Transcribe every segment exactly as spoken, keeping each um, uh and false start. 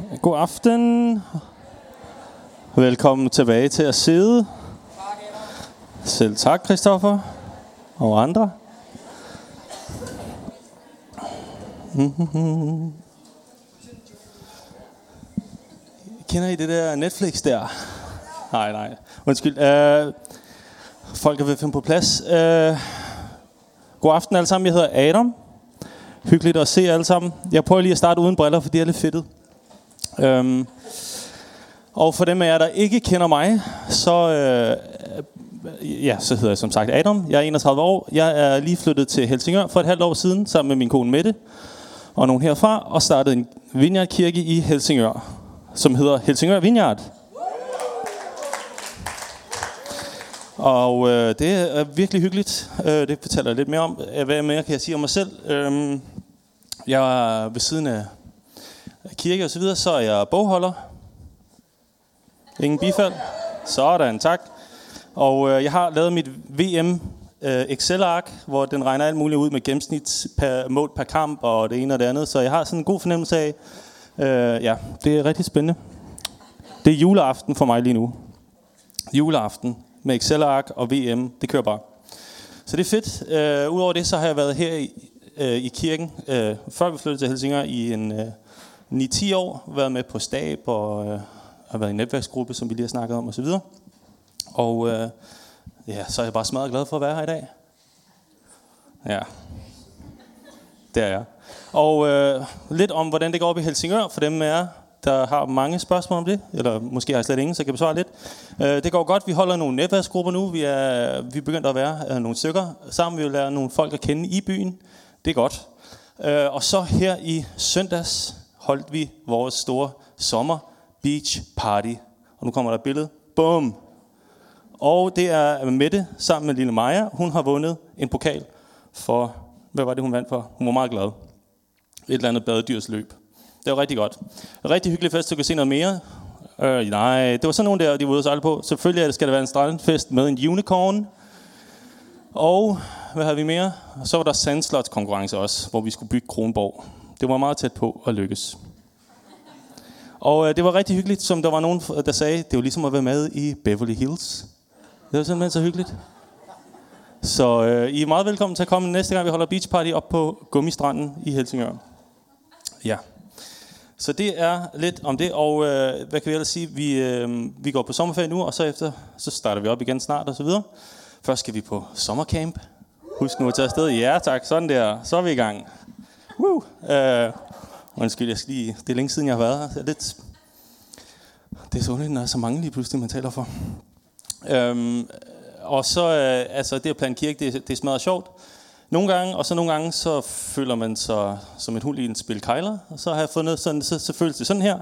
God aften. Velkommen tilbage til at sidde. Selv tak, Christoffer og andre. Mm-hmm. Kender I det der Netflix der? Nej, nej. Undskyld. Uh, folk er ved at finde på plads. Uh, god aften alle sammen. Jeg hedder Adam. Hyggeligt at se alle sammen. Jeg prøver lige at starte uden briller, for det er lidt fedtet. Um, og for dem af jer, der ikke kender mig, så, uh, ja, så hedder jeg som sagt Adam. Jeg er enogtredive år. Jeg er lige flyttet til Helsingør for et halvt år siden, sammen med min kone Mette og nogen herfra, og startede en vineyardkirke i Helsingør, som hedder Helsingør Vineyard. Og øh, det er virkelig hyggeligt. Øh, det fortæller jeg lidt mere om. Hvad mere kan jeg sige om mig selv? Øh, jeg er ved siden af kirke og så videre, så er jeg bogholder. Ingen bifald. Sådan, tak. Og øh, jeg har lavet mit V M øh, Excel-ark, hvor den regner alt muligt ud med gennemsnit per mål per kamp og det ene og det andet. Så jeg har sådan en god fornemmelse af, øh, ja, det er rigtig spændende. Det er juleaften for mig lige nu. Juleaften med Excel-ark og V M, det kører bare. Så det er fedt. Øh, Udover det, så har jeg været her i, øh, i kirken, øh, før vi flyttede til Helsingør, i en øh, ni til ti år. Været med på stab og øh, har været i en netværksgruppe, som vi lige har snakket om osv. Og øh, ja, så er jeg bare smadret glad for at være her i dag. Ja, det er jeg. Og øh, lidt om, hvordan det går op i Helsingør, for dem af jer, der har mange spørgsmål om det, eller måske har jeg slet ingen, så kan jeg besvare lidt. Øh, det går godt. Vi holder nogle netværksgrupper nu. Vi er, vi er begyndt at være øh, nogle stykker sammen. Vi vil lære nogle folk at kende i byen. Det er godt. Øh, og så her i søndags holdt vi vores store sommer beach party. Og nu kommer der et billede. Bum! Og det er Mette sammen med lille Maja. Hun har vundet en pokal for, hvad var det hun vandt for? Hun var meget glad. Et eller andet badedyrsløb. Det var rigtig godt. En rigtig hyggelig fest, du kan se noget mere. Øh, nej, det var sådan nogle der, de var ude og sejle på. Selvfølgelig skal der være en strandfest med en unicorn. Og hvad havde vi mere? Så var der sandslots konkurrence også, hvor vi skulle bygge Kronborg. Det var meget tæt på at lykkes. Og øh, det var rigtig hyggeligt, som der var nogen, der sagde, det var ligesom at være med i Beverly Hills. Det var simpelthen så hyggeligt. Så øh, I er meget velkommen til at komme næste gang, vi holder beach party op på Gummistranden i Helsingør. Ja. Så det er lidt om det, og øh, hvad kan vi ellers sige? Vi, øh, vi går på sommerferie nu, og så efter, så starter vi op igen snart og så videre. Først skal vi på sommercamp. Husk nu at tage afsted. Ja tak, sådan der. Så er vi i gang. Woo! Øh, undskyld, jeg skal lige, det er længe siden jeg har været her. Det er, lidt, det er så ondt, når der er så mange lige pludselig, man taler for. Øhm, og så, øh, altså det at plante kirke, det, det er smadret sjovt. Nogle gange, og så nogle gange, så føler man sig som et hund i en spil kejler. Og så har jeg fundet sådan, så, så føles det sådan her.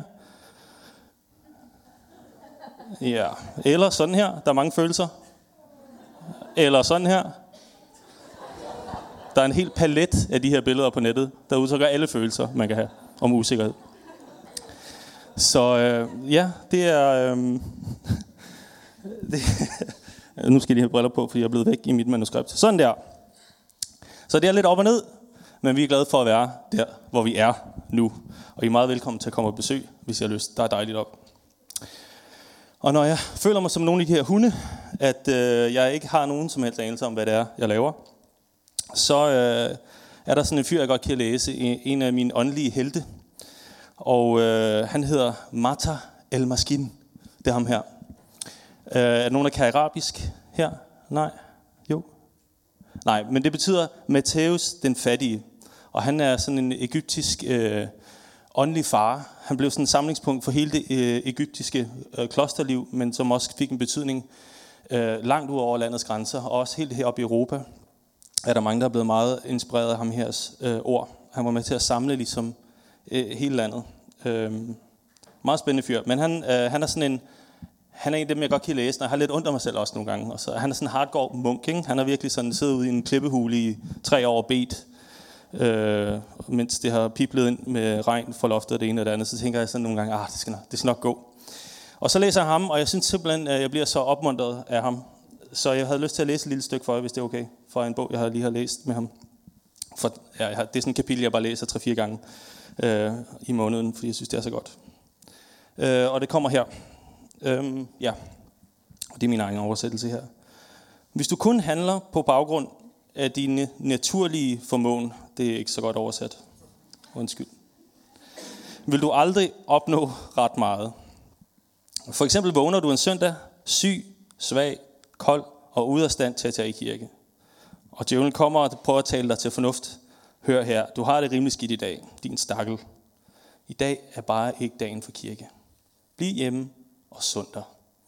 Ja, eller sådan her. Der er mange følelser. Eller sådan her. Der er en hel palet af de her billeder på nettet, der udtrykker alle følelser, man kan have om usikkerhed. Så øh, ja, det er... Øh, det, nu skal jeg lige have briller på, fordi jeg er blevet væk i mit manuskript. Sådan der. Så det er lidt op og ned, men vi er glade for at være der, hvor vi er nu. Og I er meget velkommen til at komme og besøge, hvis I har lyst. Der er dejligt op. Og når jeg føler mig som nogle af de her hunde, at øh, jeg ikke har nogen som helst anelse om, hvad det er, jeg laver, så øh, er der sådan en fyr, jeg godt kan læse, en af mine åndelige helte. Og øh, han hedder Mata El-Maskin. Det er ham her. Øh, er der nogen, der kan arabisk her? Nej? Jo? Nej, men det betyder Matthæus den fattige. Og han er sådan en egyptisk øh, åndelig far. Han blev sådan en samlingspunkt for hele det øh, egyptiske øh, klosterliv, men som også fik en betydning øh, langt ud over landets grænser. Og også helt heroppe i Europa er der mange, der er blevet meget inspireret af ham her øh, ord. Han var med til at samle ligesom øh, hele landet. Øh, meget spændende fyr. Men han, øh, han er sådan en... Han er en af dem, jeg godt kan læse, og jeg har lidt ondt af mig selv også nogle gange. Og så, han er sådan en hardcore munk, ikke? Han har virkelig sådan siddet ude i en klippehule i tre år og bedt, øh, mens det har piplet ind med regn for loftet og det ene og det andet. Så tænker jeg sådan nogle gange, ah, det skal nok, det skal nok gå. Og så læser jeg ham, og jeg synes simpelthen, at jeg bliver så opmuntret af ham. Så jeg havde lyst til at læse et lille stykke for jer, hvis det er okay, fra en bog, jeg lige har læst med ham. For, ja, jeg har, det er sådan et kapitel, jeg bare læser tre-fire gange øh, i måneden, fordi jeg synes, det er så godt. Øh, og det kommer her. Øhm, ja, det er min egen oversættelse her. Hvis du kun handler på baggrund af dine naturlige formåen, det er ikke så godt oversat. Undskyld. Vil du aldrig opnå ret meget. For eksempel vågner du en søndag, syg, svag, kold og ude af stand til at tage i kirke. Og djævlen kommer og prøver at tale dig til fornuft. Hør her, du har det rimelig skidt i dag, din stakkel. I dag er bare ikke dagen for kirke. Bliv hjemme og sund dig.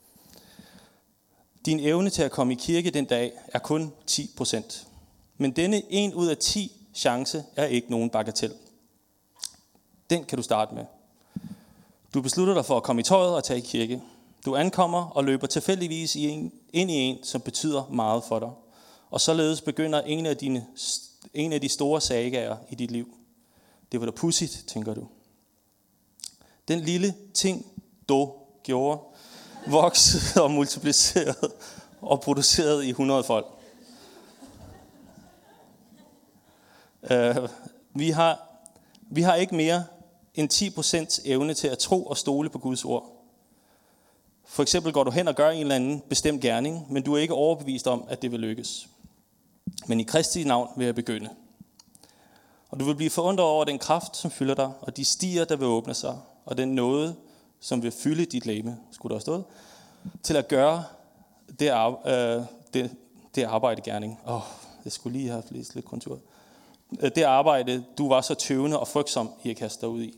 Din evne til at komme i kirke den dag er kun ti procent. Men denne en ud af ti chance er ikke nogen bagatel. Den kan du starte med. Du beslutter dig for at komme i tøjet og tage i kirke. Du ankommer og løber tilfældigvis i en, ind i en, som betyder meget for dig. Og således begynder en af, dine, en af de store sagaer i dit liv. Det var da pudsigt, tænker du. Den lille ting, du gjorde, voksede og multiplicerede og producerede i hundrede folk. Uh, vi, har, vi har ikke mere end ti procent evne til at tro og stole på Guds ord. For eksempel går du hen og gør en eller anden bestemt gerning, men du er ikke overbevist om, at det vil lykkes. Men i Kristi navn vil jeg begynde. Og du vil blive forundret over den kraft, som fylder dig, og de stier, der vil åbne sig, og den nåde, som vil fylde dit legeme, skulle der have stået, til at gøre det, ar- øh, det, det arbejde gerning. Åh, oh, jeg skulle lige have læst lidt kontur. Det arbejde, du var så tøvende og frygtsom i at kaste dig ud i.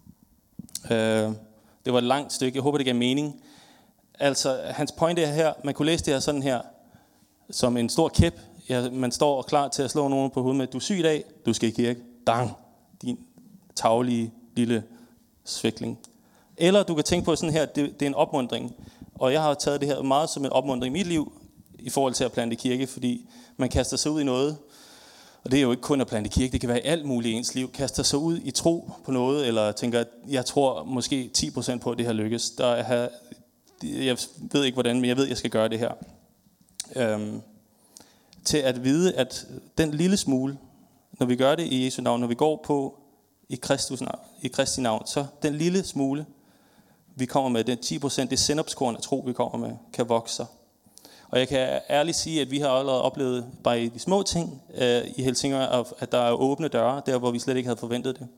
Øh, det var et langt stykke. Jeg håber, det gav mening. Altså, hans pointe er her, man kunne læse det her sådan her, som en stor kæp. Ja, man står klar til at slå nogen på hovedet med, du er syg i dag, du skal i kirke. Dang, din taglige lille svækling. Eller du kan tænke på sådan her, det, det er en opmuntring. Og jeg har taget det her meget som en opmuntring i mit liv, i forhold til at plante kirke, fordi man kaster sig ud i noget. Og det er jo ikke kun at plante kirke, det kan være i alt muligt i ens liv. Kaster sig ud i tro på noget, eller tænker, at jeg tror måske ti procent på, at det her lykkes. Der er, jeg ved ikke hvordan, men jeg ved, at jeg skal gøre det her. Øhm, til at vide, at den lille smule, når vi gør det i Jesu navn, når vi går på i, Kristus, i Kristi navn, så den lille smule, vi kommer med, den ti procent, det sennepskorn af tro, vi kommer med, kan vokse sig. Og jeg kan ærligt sige, at vi har allerede oplevet, bare i de små ting øh, i Helsingør, at der er åbne døre, der hvor vi slet ikke havde forventet det.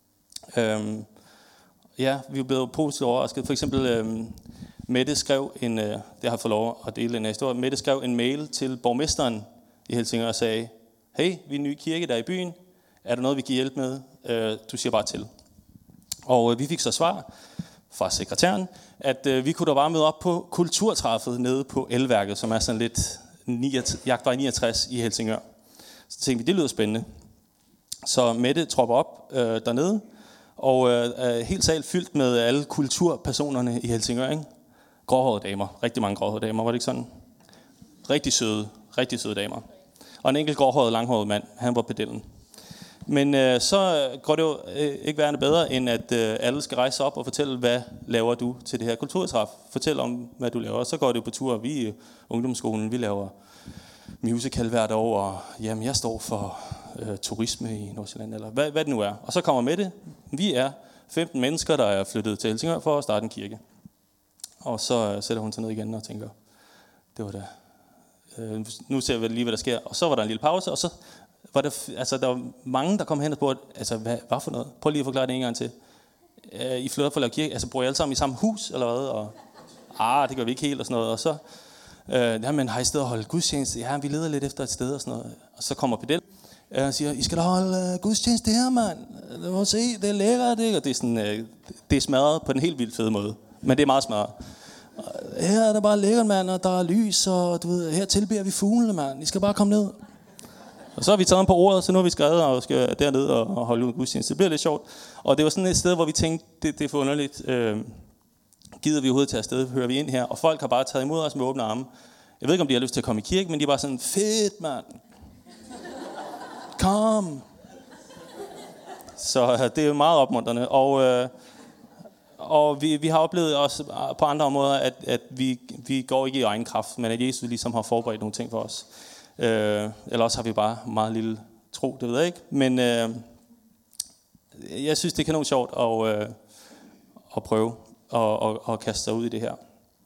Øhm, ja, vi er blevet positivt overrasket. For eksempel, øhm, Mette skrev en, øh, det har fået lov at dele en historie, Mette skrev en mail til borgmesteren i Helsingør og sagde, hey, vi er en ny kirke der i byen, er der noget, vi kan hjælpe med? Øh, du siger bare til. Og øh, vi fik så svar fra sekretæren, at øh, vi kunne da bare møde op på kulturtræffet nede på Elværket, som er sådan lidt Jagtvej niogtres i Helsingør. Så tænkte vi, det lyder spændende. Så Mette tropper op øh, dernede, og øh, helt sal fyldt med alle kulturpersonerne i Helsingør, ikke? Gråhårede damer, rigtig mange gråhårede damer, var det ikke sådan? Rigtig søde, rigtig søde damer. Og en enkelt gråhåret, langhåret mand, han var pedellen. Men øh, så går det jo øh, ikke værende bedre, end at øh, alle skal rejse op og fortælle, hvad laver du til det her kulturtræf. Fortæl om, hvad du laver. Og så går det jo på tur. Vi i ungdomsskolen, vi laver musical hvert år, og jamen, jeg står for øh, turisme i Nordsjælland, eller hvad, hvad det nu er. Og så kommer med det. Vi er femten mennesker, der er flyttet til Helsingør for at starte en kirke. Og så øh, sætter hun sig ned igen og tænker, det var da... Øh, nu ser vi lige, hvad der sker. Og så var der en lille pause, og så... Var der, altså, der var mange, der kom hen og spurgte, altså, hvad, hvad for noget? Prøv lige at forklare det en gang til. Øh, I flytter for at lave kirke, altså, bor I alle sammen i samme hus, eller hvad? Og, ah, det gør vi ikke helt, og sådan noget. Og så, øh, jamen, har I sted at holde gudstjeneste? Ja, vi leder lidt efter et sted, og sådan noget. Og så kommer pedel, øh, og siger, I skal da holde uh, gudstjeneste her, mand. Lad os se, det er lækkert, ikke? Og det er sådan, øh, det er smadret på den helt vildt fede måde. Men det er meget smadret. Her er der bare lækkert, mand, og der er lys, og du ved, her tilbeder vi fuglene, mand. I skal bare komme ned. Og så har vi taget på ordet, så nu har vi skrevet og skal derned og holde ud gudstjeneste. Det bliver lidt sjovt. Og det var sådan et sted, hvor vi tænkte, det, det er for underligt. Øh, gider vi overhovedet til afsted, hører vi ind her. Og folk har bare taget imod os med åbne arme. Jeg ved ikke, om de har lyst til at komme i kirke, men de er bare sådan, fedt, mand. Kom. Så det er jo meget opmuntrende. Og, øh, og vi, vi har oplevet også på andre områder, at, at vi, vi går ikke i egen kraft, men at Jesus ligesom har forberedt nogle ting for os. Øh, eller også har vi bare meget lille tro, det ved jeg ikke. Men øh, jeg synes, det er kanon sjovt at, øh, at prøve. og, og, og kaste sig ud i det her.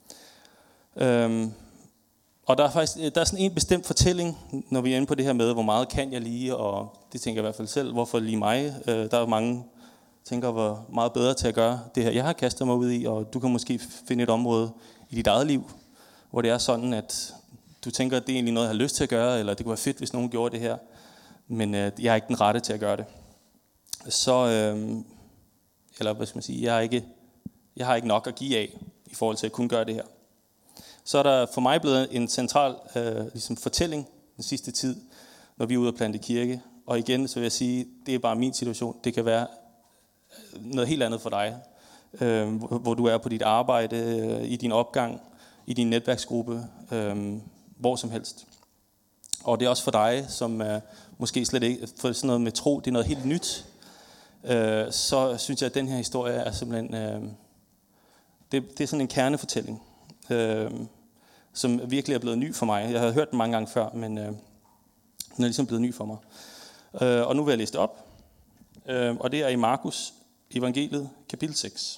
Øhm, og der er faktisk der er sådan en bestemt fortælling, når vi er inde på det her med, hvor meget kan jeg lige, og det tænker jeg i hvert fald selv, hvorfor lige mig. Øh, der er mange, tænker, hvor meget bedre til at gøre det her, jeg har kastet mig ud i, og du kan måske finde et område i dit eget liv, hvor det er sådan, at du tænker, at det er egentlig noget, jeg har lyst til at gøre, eller det kunne være fedt, hvis nogen gjorde det her, men øh, jeg er ikke den rette til at gøre det. Så, øh, eller hvad skal man sige, jeg, er ikke, jeg har ikke nok at give af, i forhold til at kunne gøre det her. Så er der for mig blevet en central øh, ligesom fortælling den sidste tid, når vi er ude og plante kirke. Og igen, så vil jeg sige, det er bare min situation. Det kan være noget helt andet for dig, øh, hvor, hvor du er på dit arbejde, øh, i din opgang, i din netværksgruppe, øh, hvor som helst. Og det er også for dig, som øh, måske slet ikke, for sådan noget med tro, det er noget helt nyt. Øh, så synes jeg, at den her historie er simpelthen, øh, det, det er sådan en kernefortælling. Øh, som virkelig er blevet ny for mig. Jeg havde hørt den mange gange før, men øh, den er ligesom blevet ny for mig. Øh, og nu vil jeg læse det op. Øh, og det er i Markus evangeliet, kapitel seks.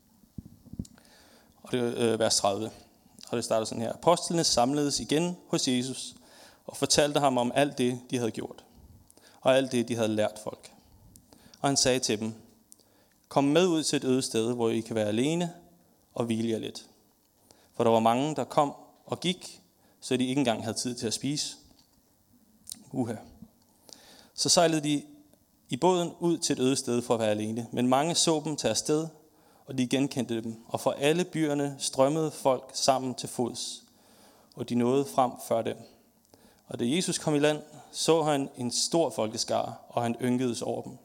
Og det er øh, vers tredive. Og det starter sådan her. Apostlene samledes igen hos Jesus og fortalte ham om alt det, de havde gjort. Og alt det, de havde lært folk. Og han sagde til dem, kom med ud til et øde sted, hvor I kan være alene og hvile jer lidt. For der var mange, der kom og gik, så de ikke engang havde tid til at spise. Uha. Så sejlede de i båden ud til et øde sted for at være alene. Men mange så dem tage afsted, og de genkendte dem. Og fra alle byerne strømmede folk sammen til fods, og de nåede frem før dem. Og da Jesus kom i land, så han en stor folkeskare, og han ynkedes over dem.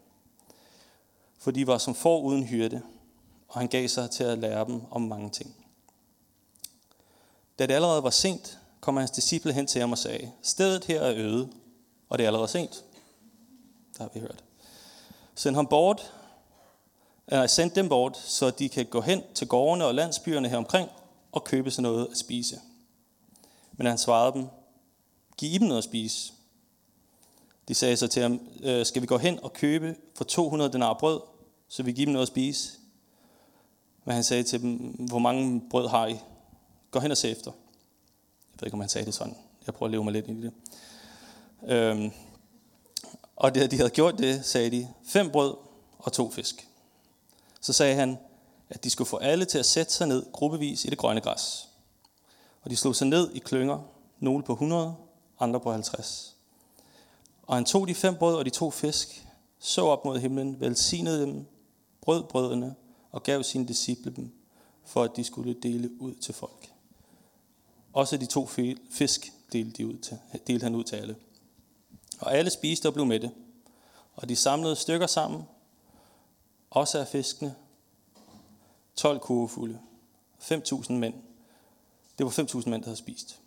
For de var som får uden hyrde, og han gav sig til at lære dem om mange ting. Da det allerede var sent, kom hans disciple hen til ham og sagde, stedet her er øde, og det er allerede sent. Der har vi hørt. Send ham bort, eller send dem bort, så de kan gå hen til gårdene og landsbyerne heromkring og købe sig noget at spise. Men han svarede dem, giv dem noget at spise. De sagde så til ham, skal vi gå hen og købe for to hundrede denar brød, så vi giver dem noget at spise? Men han sagde til dem, hvor mange brød har I? Gå hen og se efter. Jeg ved ikke, om han sagde det sådan. Jeg prøver at leve mig lidt ind i det. Øhm, og da de havde gjort det, sagde de, fem brød og to fisk. Så sagde han, at de skulle få alle til at sætte sig ned gruppevis i det grønne græs. Og de slog sig ned i klynger, nogle på hundrede, andre på halvtreds. Og han tog de fem brød og de to fisk, så op mod himlen, velsignede dem, brød brødene og gav sine disciple dem, for at de skulle dele ud til folk. Også de to fisk delte, de ud til, delte han ud til alle. Og alle spiste og blev mætte. Og de samlede stykker sammen, også af fiskene, tolv kurvefulde, fem tusind mænd. Det var fem tusind mænd, der havde spist.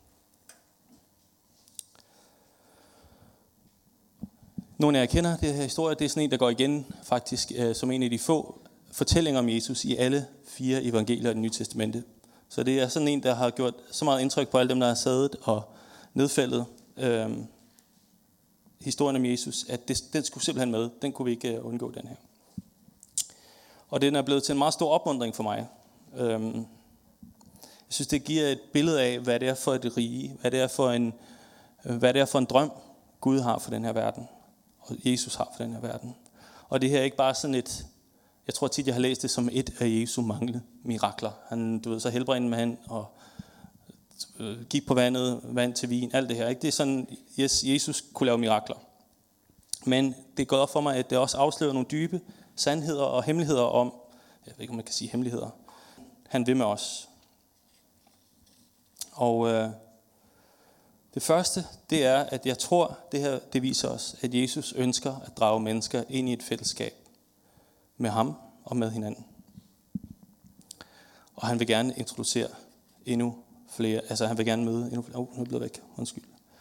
Nogle af jer kender det her historie. Det er sådan en, der går igen faktisk øh, som en af de få fortællinger om Jesus i alle fire evangelier i det Nye Testamente. Så det er sådan en, der har gjort så meget indtryk på alle dem, der har siddet og nedfældet øh, historien om Jesus, at det, den skulle simpelthen med. Den kunne vi ikke uh, undgå, den her. Og den er blevet til en meget stor opmuntring for mig. Øh, jeg synes, det giver et billede af, hvad det er for et rige, hvad det er for en, hvad det er for en drøm, Gud har for den her verden, og Jesus har for den her verden. Og det her er ikke bare sådan et, jeg tror tit, jeg har læst det som et af Jesu mange mirakler. Han, du ved, så helbredte en mand og øh, gik på vandet, vand til vin, alt det her. Ikke? Det er sådan, yes, Jesus kunne lave mirakler. Men det går op for mig, at det også afslører nogle dybe sandheder og hemmeligheder om, jeg ved ikke, om man kan sige hemmeligheder, han vil med os. Og øh, det første, det er, at jeg tror, det her det viser os, at Jesus ønsker at drage mennesker ind i et fællesskab med ham og med hinanden. Og han vil gerne introducere endnu flere, altså han vil gerne møde endnu flere. Åh, oh, nu er jeg blevet væk, undskyld.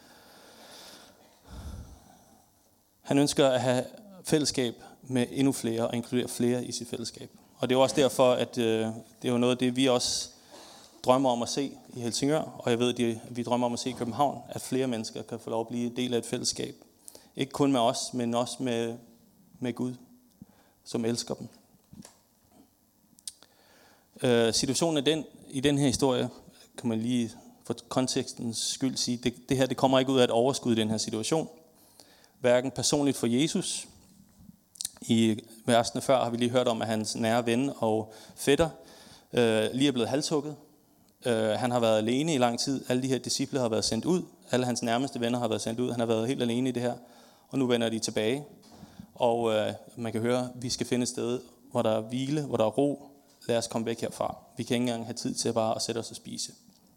Han ønsker at have fællesskab med endnu flere og inkludere flere i sit fællesskab. Og det er også derfor, at øh, det er jo noget af det, vi også drømmer om at se i Helsingør, og jeg ved, at vi drømmer om at se i København, at flere mennesker kan få lov at blive en del af et fællesskab. Ikke kun med os, men også med, med Gud, som elsker dem. Øh, situationen er den, i den her historie, kan man lige for kontekstens skyld sige, det, det her det kommer ikke ud af et overskud i den her situation. Hverken personligt for Jesus. I versene før har vi lige hørt om, at hans nære ven og fætter øh, lige er blevet halshugget. Øh, han har været alene i lang tid. Alle de her disciple har været sendt ud. Alle hans nærmeste venner har været sendt ud. Han har været helt alene i det her. Og nu vender de tilbage. Og øh, man kan høre, at vi skal finde et sted, hvor der er hvile, hvor der er ro. Lad os komme væk herfra. Vi kan ikke engang have tid til bare at sætte os og spise.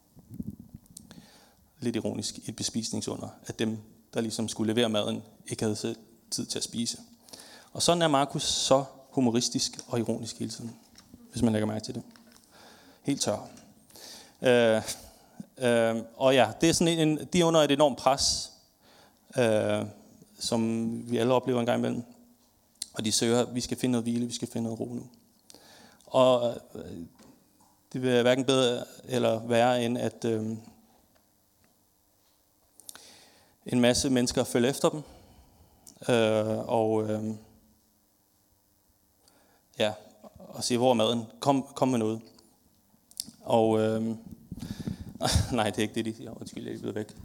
Lidt ironisk i et bespisningsunder, at dem, der ligesom skulle levere maden, ikke havde selv tid til at spise. Og sådan er Markus så humoristisk og ironisk hele tiden, hvis man lægger mærke til det. Helt tør. Øh, øh, og ja, det er sådan en, de er under et enormt pres, øh, som vi alle oplever en gang imellem. Og de søger, vi skal finde noget hvile, vi skal finde noget ro nu. Og øh, det vil hverken bedre eller værre end at øh, en masse mennesker følger efter dem. Øh, og øh, ja, og siger, hvor er maden? Kom, kom med noget. Og øh, nej, det er ikke det, de siger. Undskyld, jeg er blevet væk.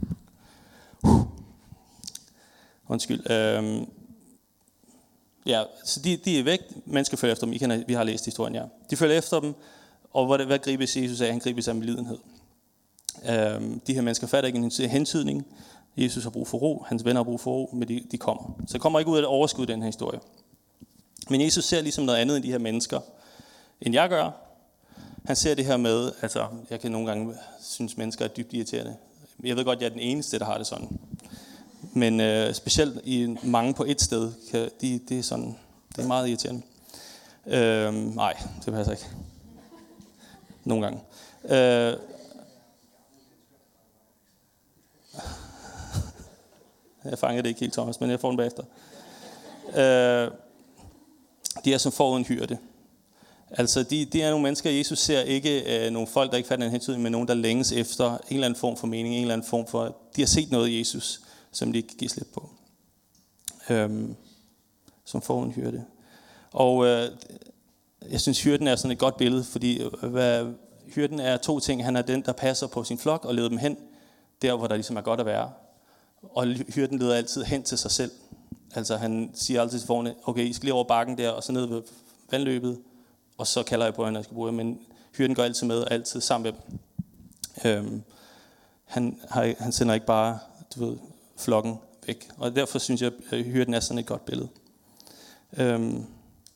Undskyld. Øh, ja, så de, de er væk. Mennesker følger efter dem. I kan, vi har læst historien, ja. De følger efter dem, og hvad, hvad gribes Jesus af? Han gribes af medlidenhed. Øh, de her mennesker fatter ikke en hentydning. Jesus har brug for ro, hans venner har brug for ro, men de, de kommer. Så det kommer ikke ud af et overskud, den her historie. Men Jesus ser ligesom noget andet end de her mennesker, end jeg gør. Han ser det her med, altså jeg kan nogle gange synes, mennesker er dybt irriterende. Jeg ved godt, jeg er den eneste, der har det sådan. Men øh, specielt i mange på et sted, kan de, det er sådan, det er meget irriterende. Øh, nej, det passer ikke. Nogle gange. Øh, Jeg fangede det ikke helt, Thomas, men jeg får den bagefter. Øh, de er som får en hyrde. Altså, de, de er nogle mennesker, Jesus ser ikke øh, nogle folk, der ikke fatter en hentydning, men nogen, der længes efter en eller anden form for mening, en eller anden form for... De har set noget i Jesus, som de ikke kan give slip på. Øh, som får en hyrde. Og øh, jeg synes, hyrden er sådan et godt billede, fordi hvad, hyrden er to ting. Han er den, der passer på sin flok og leder dem hen, der hvor der ligesom er godt at være. Og hyrden leder altid hen til sig selv. Altså han siger altid til forne, okay, I skal lige over bakken der, og så ned ved vandløbet, og så kalder jeg på hende, jeg skal bruge jer. Men hyrden går altid med, og altid sammen med dem. Øhm, han, har, han sender ikke bare, du ved, flokken væk. Og derfor synes jeg, at hyrden er sådan et godt billede. Øhm,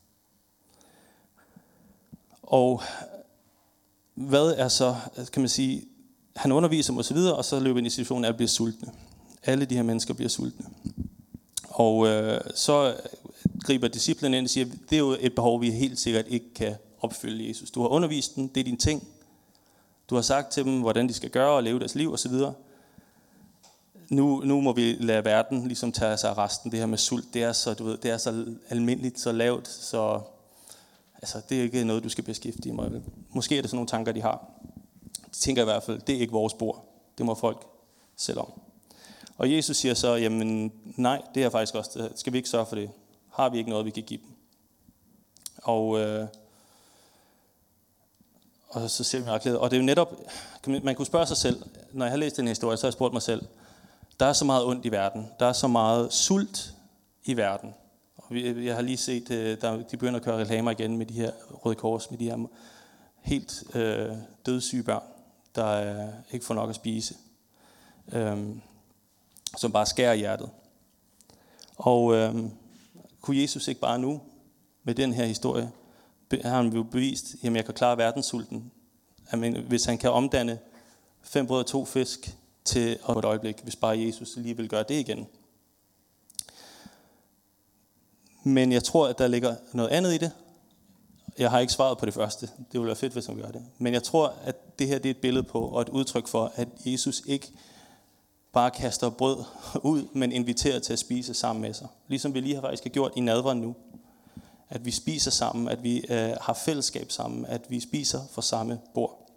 og hvad er så, kan man sige, han underviser dem og så videre, og så løber ind i situationen af at blive sultne. Alle de her mennesker bliver sultne. Og øh, så griber disciplen ind og siger, det er jo et behov, vi helt sikkert ikke kan opfylde, Jesus. Du har undervist dem, det er din ting. Du har sagt til dem, hvordan de skal gøre og leve deres liv osv. Nu, nu må vi lade verden ligesom tage sig af resten. Det her med sult, det er så, du ved, det er så almindeligt, så lavt, så altså, det er ikke noget, du skal beskæftige mig med. Måske er det sådan nogle tanker, de har. De tænker i hvert fald, det er ikke vores bord. Det må folk selv om. Og Jesus siger så, jamen nej, det er faktisk også, skal vi ikke sørge for det? Har vi ikke noget, vi kan give dem? Og, øh, og så ser vi meget klæde. Og det er jo netop, man kunne spørge sig selv, når jeg har læst den her historie, så har jeg spurgt mig selv, der er så meget ondt i verden, der er så meget sult i verden. Og jeg har lige set, der, de begynder at køre reklamer igen med de her Røde Kors, med de her helt øh, dødssyge børn, der øh, ikke får nok at spise. Øhm, som bare skærer hjertet. Og øhm, kunne Jesus ikke bare nu, med den her historie, har han jo bevist, at jeg kan klare verdenssulten. Jamen, hvis han kan omdanne fem brød og to fisk til et øjeblik, hvis bare Jesus lige vil gøre det igen. Men jeg tror, at der ligger noget andet i det. Jeg har ikke svaret på det første. Det ville være fedt, hvis han gør det. Men jeg tror, at det her det er et billede på, og et udtryk for, at Jesus ikke bare kaster brød ud, men inviterer til at spise sammen med sig. Ligesom vi lige har faktisk gjort i nadveren nu. At vi spiser sammen, at vi øh, har fællesskab sammen, at vi spiser for samme bord.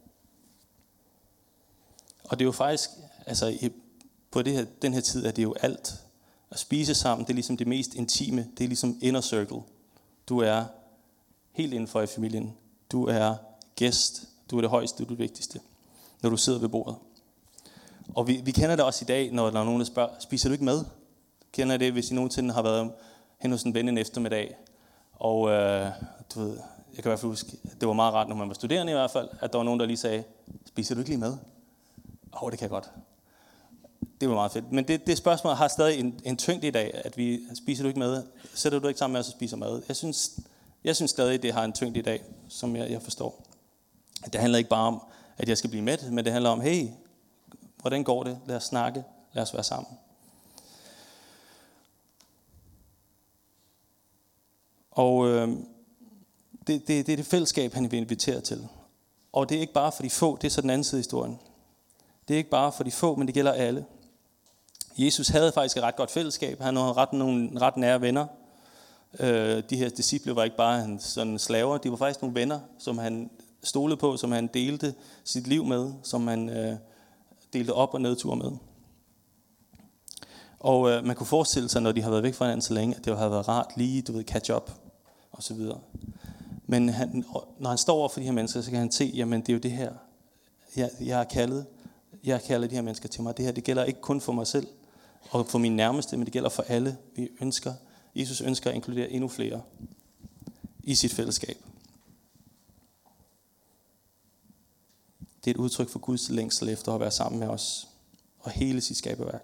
Og det er jo faktisk, altså i, på det her, den her tid er det jo alt. At spise sammen, det er ligesom det mest intime, det er ligesom inner circle. Du er helt indenfor i familien. Du er gæst. Du er det højeste, du er det vigtigste, når du sidder ved bordet. Og vi, vi kender det også i dag, når der er nogen, der spørger, spiser du ikke med? Kender det, hvis I nogensinde har været hen hos en ven en eftermiddag. Og øh, du ved, jeg kan i hvert fald huske, det var meget rart, når man var studerende i hvert fald, at der var nogen, der lige sagde, spiser du ikke lige med? Åh, oh, det kan jeg godt. Det var meget fedt. Men det, det spørgsmål har stadig en, en tyngde i dag, at vi spiser du ikke med? Sætter du ikke sammen med os og spiser mad? Jeg synes, jeg synes stadig, det har en tyngde i dag, som jeg, jeg forstår. Det handler ikke bare om, at jeg skal blive mæt, men det handler om, hey, hvordan går det? Lad os snakke. Lad os være sammen. Og øh, det, det, det er det fællesskab, han vil invitere til. Og det er ikke bare for de få, det er så den anden side af historien. Det er ikke bare for de få, men det gælder alle. Jesus havde faktisk et ret godt fællesskab. Han havde ret, nogle ret nære venner. Øh, de her disciple var ikke bare hans sådan slaver, de var faktisk nogle venner, som han stolede på, som han delte sit liv med, som han øh, delte op- og nedtur med. Og øh, man kunne forestille sig, når de har været væk fra hinanden så længe, at det havde været rart lige, du ved, catch up og så videre. Men han, når han står over for de her mennesker, så kan han se, jamen det er jo det her, jeg, jeg har kaldet, jeg har kaldet de her mennesker til mig. Det her, det gælder ikke kun for mig selv og for mine nærmeste, men det gælder for alle. Vi ønsker, Jesus ønsker at inkludere endnu flere i sit fællesskab. Det er et udtryk for Guds længsel efter at være sammen med os og hele sit skaberværk.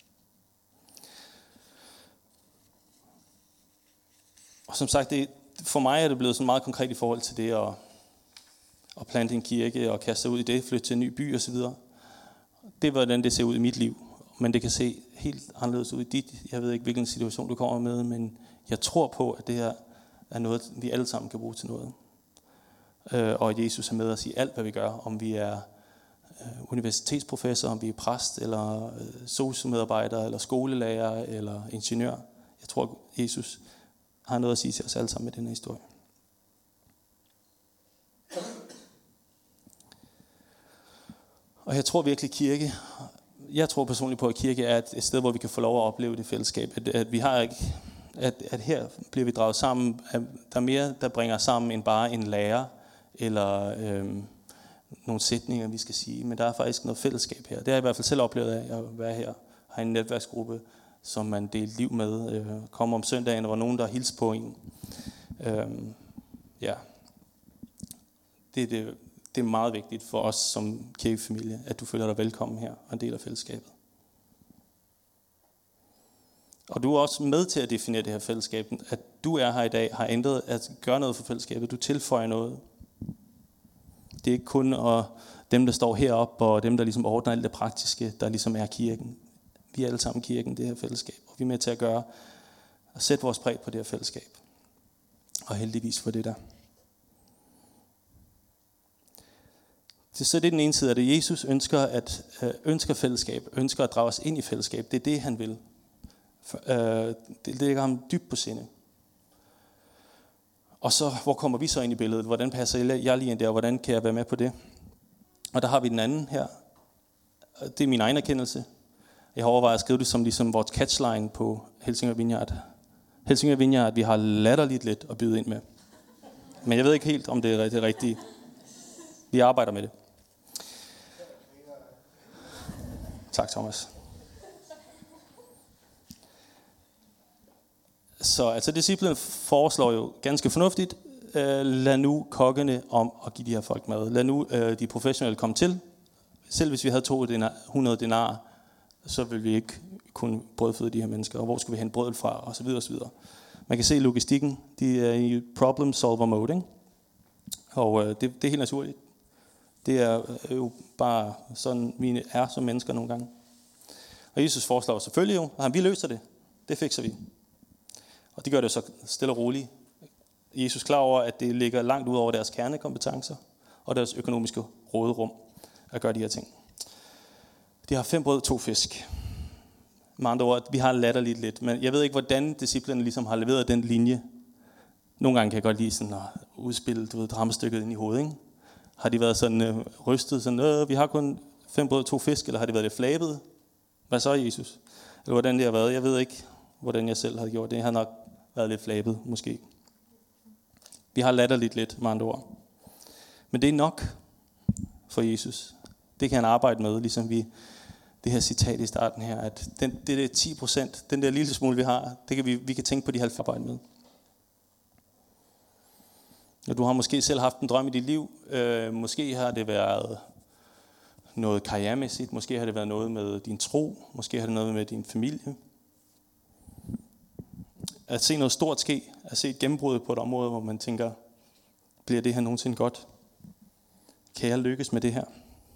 Og som sagt, det, for mig er det blevet sådan meget konkret i forhold til det at, at plante en kirke og kaste sig ud i det, flytte til en ny by osv. Det er, hvordan det ser ud i mit liv. Men det kan se helt anderledes ud i dit. Jeg ved ikke, hvilken situation du kommer med, men jeg tror på, at det her er noget, vi alle sammen kan bruge til noget. Og at Jesus er med os i alt, hvad vi gør. Om vi er universitetsprofessor, om vi er præst, eller S O S U-medarbejder, eller skolelærer, eller ingeniør. Jeg tror, Jesus har noget at sige til os alle sammen med denne historie. Og jeg tror virkelig kirke, jeg tror personligt på, at kirke er et sted, hvor vi kan få lov at opleve det fællesskab. At, at vi har ikke, at, at her bliver vi draget sammen. At der er mere, der bringer os sammen end bare en lærer eller øhm, nogle sætninger, vi skal sige. Men der er faktisk noget fællesskab her. Det har jeg i hvert fald selv oplevet af at være her. Har en netværksgruppe, som man delte liv med. Øh, kommer om søndagen, der var nogen, der hilste på en. Øhm, ja. Det, det, det er meget vigtigt for os som kirkefamilie, at du føler dig velkommen her og en del af fællesskabet. Og du er også med til at definere det her fællesskab. At du er her i dag, har ændret at gøre noget for fællesskabet. Du tilføjer noget. Det er ikke kun og dem, der står heroppe, og dem, der ligesom ordner alt det praktiske, der ligesom er kirken. Vi er alle sammen kirken, det her fællesskab. Og vi er med til at gøre, at sætte vores præg på det her fællesskab. Og heldigvis for det der. Så det er den ene side af det. Jesus ønsker, at, øh, ønsker fællesskab, ønsker at drage os ind i fællesskab. Det er det, han vil. For, øh, det ligger ham dybt på sinde. Og så, hvor kommer vi så ind i billedet? Hvordan passer jeg lige ind der, og hvordan kan jeg være med på det? Og der har vi den anden her. Det er min egen erkendelse. Jeg har overvejet at skrive det som ligesom vores catchline på Helsingør Vineyard. Helsingør Vineyard, vi har latterligt lidt at byde ind med. Men jeg ved ikke helt, om det er det rigtige. Vi arbejder med det. Tak, Thomas. Så altså disciplen foreslår jo ganske fornuftigt, øh, lad nu kokkene om at give de her folk mad. Lad nu øh, de professionelle komme til. Selv hvis vi havde to hundrede denarer, så ville vi ikke kunne brødføde de her mennesker. Og hvor skulle vi hente brødet fra? Og så videre, og så videre. Man kan se logistikken. De er i problem solver mode, ikke? Og øh, det, det er helt naturligt. Det er jo bare sådan, vi er som mennesker nogle gange. Og Jesus foreslår selvfølgelig jo, at vi løser det. Det fikser vi. Og de gør det så stille og roligt. Jesus er klar over, at det ligger langt ud over deres kernekompetencer og deres økonomiske råderum at gøre de her ting. De har fem brød, to fisk. Med andre ord, vi har latterligt lidt. Men jeg ved ikke, hvordan disciplerne ligesom har leveret den linje. Nogle gange kan jeg godt lide sådan at udspille, du ved, dramastykket ind i hovedet, ikke? Har de været sådan øh, rystet, sådan, øh, vi har kun fem brød, to fisk, eller har det været lidt flabet? Hvad så, Jesus? Eller hvordan det har været? Jeg ved ikke, hvordan jeg selv har gjort det. Jeg har nok været lidt flabet, måske. Vi har latterligt lidt, med andre ord. Men det er nok for Jesus. Det kan han arbejde med, ligesom vi, det her citat i starten her, at den, det der ti procent, den der lille smule, vi har, det kan vi, vi kan tænke på de halvfjerds arbejde med. Og du har måske selv haft en drøm i dit liv. Øh, måske har det været noget karrieremæssigt. Måske har det været noget med din tro. Måske har det noget med din familie. At se noget stort ske. At se et gennembrud på et område, hvor man tænker, bliver det her nogensinde godt? Kan jeg lykkes med det her?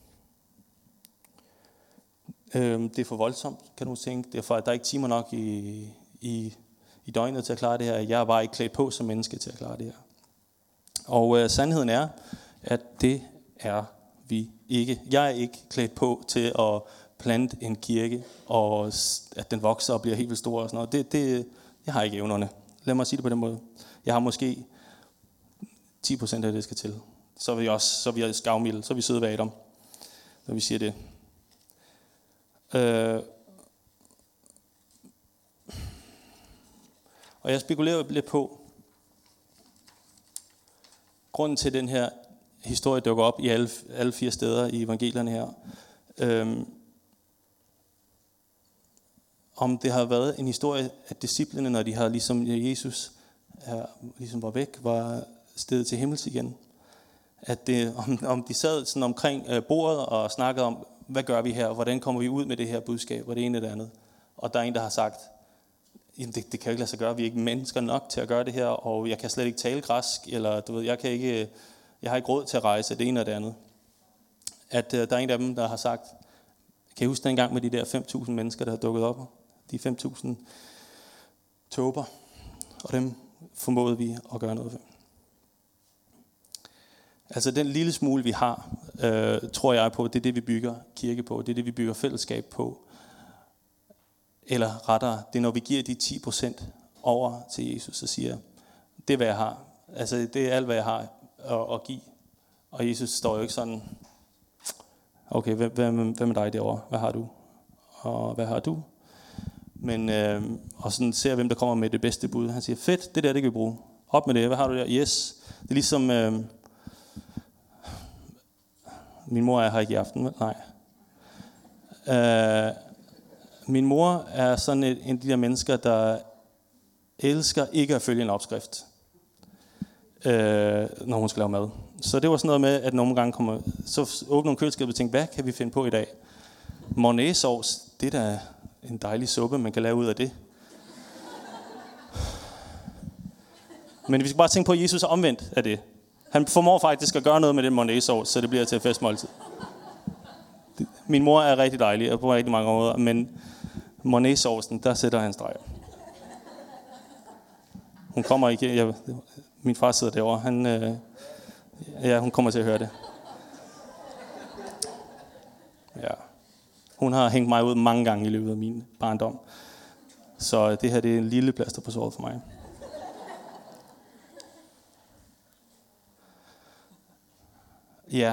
Øh, det er for voldsomt, kan du tænke. Derfor er der ikke timer nok i, i, i døgnet til at klare det her. Jeg er bare ikke klædt på som menneske til at klare det her. Og øh, sandheden er, at det er vi ikke. Jeg er ikke klædt på til at plante en kirke, og at den vokser og bliver helt vildt stor og sådan noget. Det, det, jeg har ikke evnerne. Lad mig sige det på den måde. Jeg har måske ti procent af det, skal til. Så er vi også så er vi skavmilde, så er vi søde ved Adam, når vi siger det. Øh, og jeg spekulerer lidt på, grunden til den her historie dukker op i alle, alle fire steder i evangelierne her. Øhm, om det har været en historie, at disciplene, når de har ligesom Jesus er, ligesom var væk, var stedet til himmels igen. At det, om, om de sad sådan omkring øh, bordet og snakkede om, hvad gør vi her? Hvordan kommer vi ud med det her budskab? Og det ene og det andet. Og der er en, der har sagt, det, det kan jo ikke lade sig gøre. Vi er ikke mennesker nok til at gøre det her, og jeg kan slet ikke tale græsk, eller du ved, jeg kan ikke, jeg har ikke råd til at rejse det ene og det andet. At uh, der er en af dem, der har sagt, kan I huske den gang med de der fem tusind mennesker, der har dukket op? De fem tusind tåber, og dem formåede vi at gøre noget for. Altså den lille smule, vi har, øh, tror jeg på, det er det, vi bygger kirke på. Det er det, vi bygger fællesskab på. Eller rettere, det er når vi giver de ti procent over til Jesus og siger, det er hvad jeg har. Altså det er alt hvad jeg har at, at give. Og Jesus står jo ikke sådan, okay, hvem, hvem, hvem er dig derovre? Hvad har du? Og hvad har du? Men øh, og sådan ser hvem der kommer med det bedste bud. Han siger, fedt, det der det kan vi bruge. Op med det, hvad har du der? Yes. Det er ligesom, øh, min mor er her ikke i aften, nej. Øh, Min mor er sådan et, en af de der mennesker, der elsker ikke at følge en opskrift, øh, når hun skal lave mad. Så det var sådan noget med, at nogle gange kommer, så åbner hun køleskabet og tænker, hvad kan vi finde på i dag? Mornay-sovs, det er da en dejlig suppe, man kan lave ud af det. Men vi skal bare tænke på, at Jesus er omvendt af det. Han formår faktisk at gøre noget med den mornay-sovs, så det bliver til festmåltid. Min mor er rigtig dejlig, og på rigtig mange måder, men mornay-sovsen, der sætter han streg. Hun kommer ikke, jeg, min far sidder derovre, han, øh, ja, hun kommer til at høre det. Ja. Hun har hængt mig ud mange gange i løbet af min barndom, så det her det er en lille plaster på såret for mig. Ja.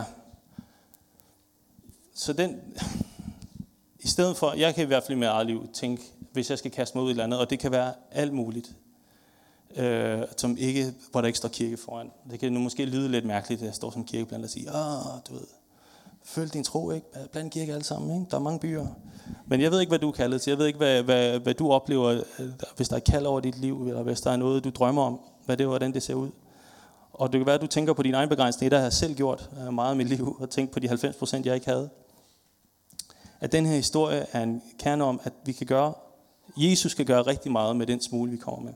Så den, i stedet for, jeg kan i hvert fald i mit eget liv tænke, hvis jeg skal kaste mig ud i et eller andet, og det kan være alt muligt, øh, som ikke, hvor der ikke står kirke foran. Det kan nu måske lyde lidt mærkeligt, at jeg står som kirkeblandt og siger, åh, du ved, følg din tro, ikke? Bland kirke alle sammen, ikke? Der er mange byer. Men jeg ved ikke, hvad du er kaldet til. Jeg ved ikke, hvad, hvad, hvad du oplever, hvis der er kald over dit liv, eller hvis der er noget, du drømmer om, hvad det er, hvordan det ser ud. Og det kan være, at du tænker på din egen begrænsning. Det har jeg selv gjort meget af mit liv, og tænkt på de halvfems procent, jeg ikke havde. At den her historie er en kerne om, at vi kan gøre, Jesus kan gøre rigtig meget med den smule, vi kommer med.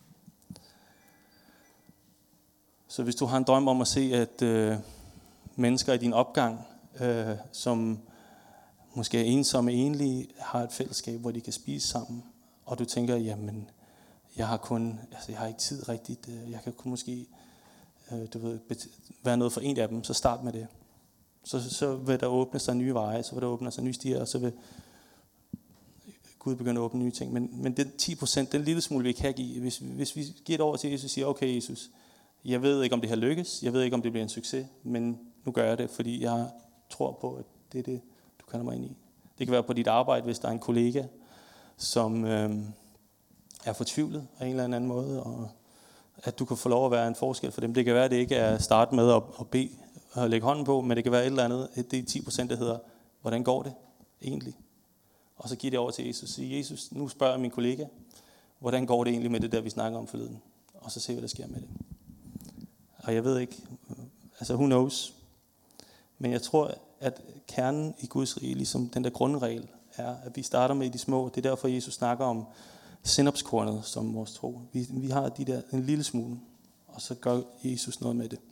Så hvis du har en drøm om at se, at øh, mennesker i din opgang, øh, som måske er ensomme, enlige, har et fællesskab, hvor de kan spise sammen, og du tænker, jamen, jeg har kun, altså jeg har ikke tid rigtigt, jeg kan kun måske, øh, du ved, være noget for en af dem, så start med det. Så, så vil der åbne sig nye veje, så vil der åbne sig nye stier, og så vil Gud begynde at åbne nye ting. Men, men den ti procent, den lille smule, vi kan give, hvis, hvis vi giver det over til Jesus og siger, okay Jesus, jeg ved ikke, om det her lykkes, jeg ved ikke, om det bliver en succes, men nu gør jeg det, fordi jeg tror på, at det er det, du kalder mig ind i. Det kan være på dit arbejde, hvis der er en kollega, som øh, er fortvivlet af en eller anden måde, og at du kan få lov at være en forskel for dem. Det kan være, at det ikke er at starte med at, at bede at lægge hånden på, men det kan være et eller andet. Det er ti procent, der hedder, hvordan går det egentlig? Og så giver det over til Jesus. Sige, Jesus, nu spørger jeg min kollega, hvordan går det egentlig med det der, vi snakker om forleden? Og så se, hvad der sker med det. Og jeg ved ikke, altså who knows? Men jeg tror, at kernen i Guds rige, ligesom den der grundregel, er, at vi starter med de små. Det er derfor, Jesus snakker om sennepskornet som vores tro. Vi, vi har de der en lille smule, og så gør Jesus noget med det.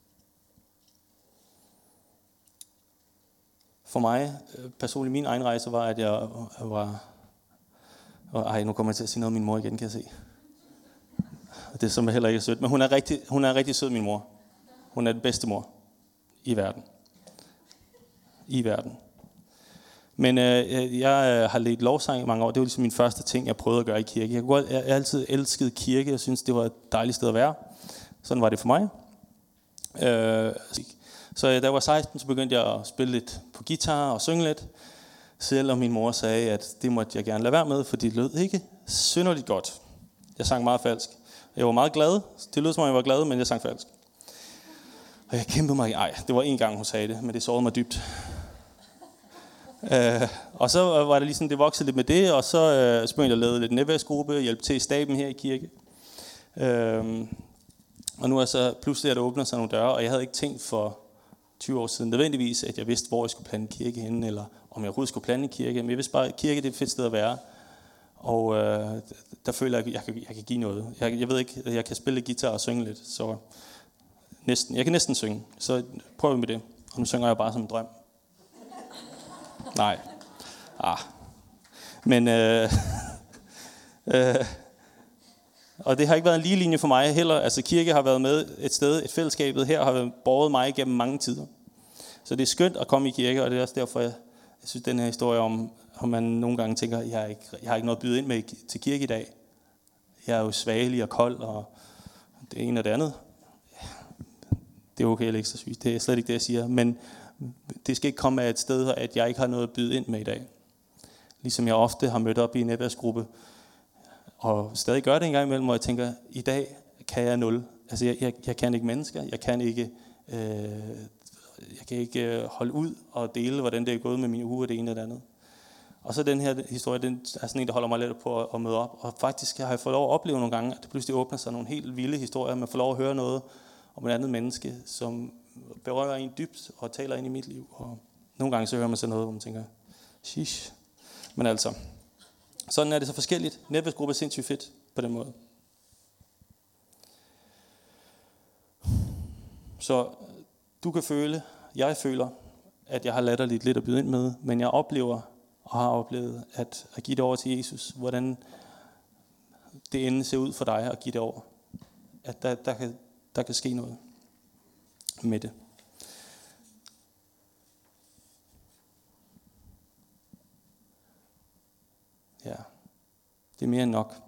For mig, personligt, min egen rejse var, at jeg var... Og ej, nu kommer jeg til at sige noget om min mor igen, kan jeg se. Det er som heller ikke sødt, men hun er rigtig, hun er rigtig sød, min mor. Hun er den bedste mor i verden. I verden. Men øh, jeg har ledt lovsang i mange år. Det var ligesom min første ting, jeg prøvede at gøre i kirke. Jeg, kunne godt, jeg, jeg altid elsket kirke. Jeg synes, det var et dejligt sted at være. Sådan var det for mig. Øh, så da jeg var seksten, så begyndte jeg at spille lidt på guitar og synge lidt. Selvom min mor sagde, at det måtte jeg gerne lade være med, for det lød ikke synderligt godt. Jeg sang meget falsk. Jeg var meget glad. Det lød som om jeg var glad, men jeg sang falsk. Og jeg kæmpede mig. Ej, det var en gang, hun sagde det, men det sårede mig dybt. Uh, og så var det ligesom, det voksede lidt med det, og så, uh, så begyndte jeg at lave lidt netværksgruppe, hjælpe til i staben her i kirke. Uh, og nu er så pludselig, at der åbner sig nogle døre, og jeg havde ikke tænkt for tyve år siden nødvendigvis, at jeg vidste, hvor jeg skulle plante kirke henne, eller om jeg overhovedet skulle plante en kirke. Men jeg vidste bare, at kirke det er et fedt sted at være. Og uh, der føler jeg, at jeg kan, jeg kan give noget. Jeg, jeg ved ikke, at jeg kan spille guitar og synge lidt, så næsten. Jeg kan næsten synge, så prøv vi med det. Og nu synger jeg bare som en drøm. Nej. Ah. Men øh, øh, og det har ikke været en lige linje for mig heller. Altså kirke har været med et sted, et fællesskabet her har båret mig igennem mange tider. Så det er skønt at komme i kirke, og det er også derfor, jeg, jeg synes, den her historie om, om man nogle gange tænker, jeg har ikke, jeg har ikke noget at byde ind med til kirke i dag. Jeg er jo svagelig og kold, og det ene og det andet. Det er okay, jeg er ikke så syg. Det er slet ikke det, jeg siger. Men det skal ikke komme af et sted, at jeg ikke har noget at byde ind med i dag. Ligesom jeg ofte har mødt op i en netværksgruppe, og stadig gør det en gang imellem, hvor jeg tænker, i dag kan jeg nul. Altså, jeg, jeg, jeg kan ikke mennesker, jeg kan ikke, øh, jeg kan ikke holde ud og dele, hvordan det er gået med mine uger, det ene og det andet. Og så den her historie, den er sådan en, der holder mig lidt på at møde op. Og faktisk har jeg fået lov at opleve nogle gange, at det pludselig åbner sig nogle helt vilde historier. Man får lov at høre noget om et andet menneske, som berører en dybt og taler ind i mit liv. Og nogle gange så hører man så noget, hvor man tænker, shish. Men altså, sådan er det så forskelligt. Netværksgruppe er sindssygt fedt på den måde. Så du kan føle, jeg føler, at jeg har latterligt lidt at byde ind med, men jeg oplever og har oplevet at, at give det over til Jesus, hvordan det ende ser ud for dig at give det over. At der, der, kan, der kan ske noget med det. Ja, det er mere end nok.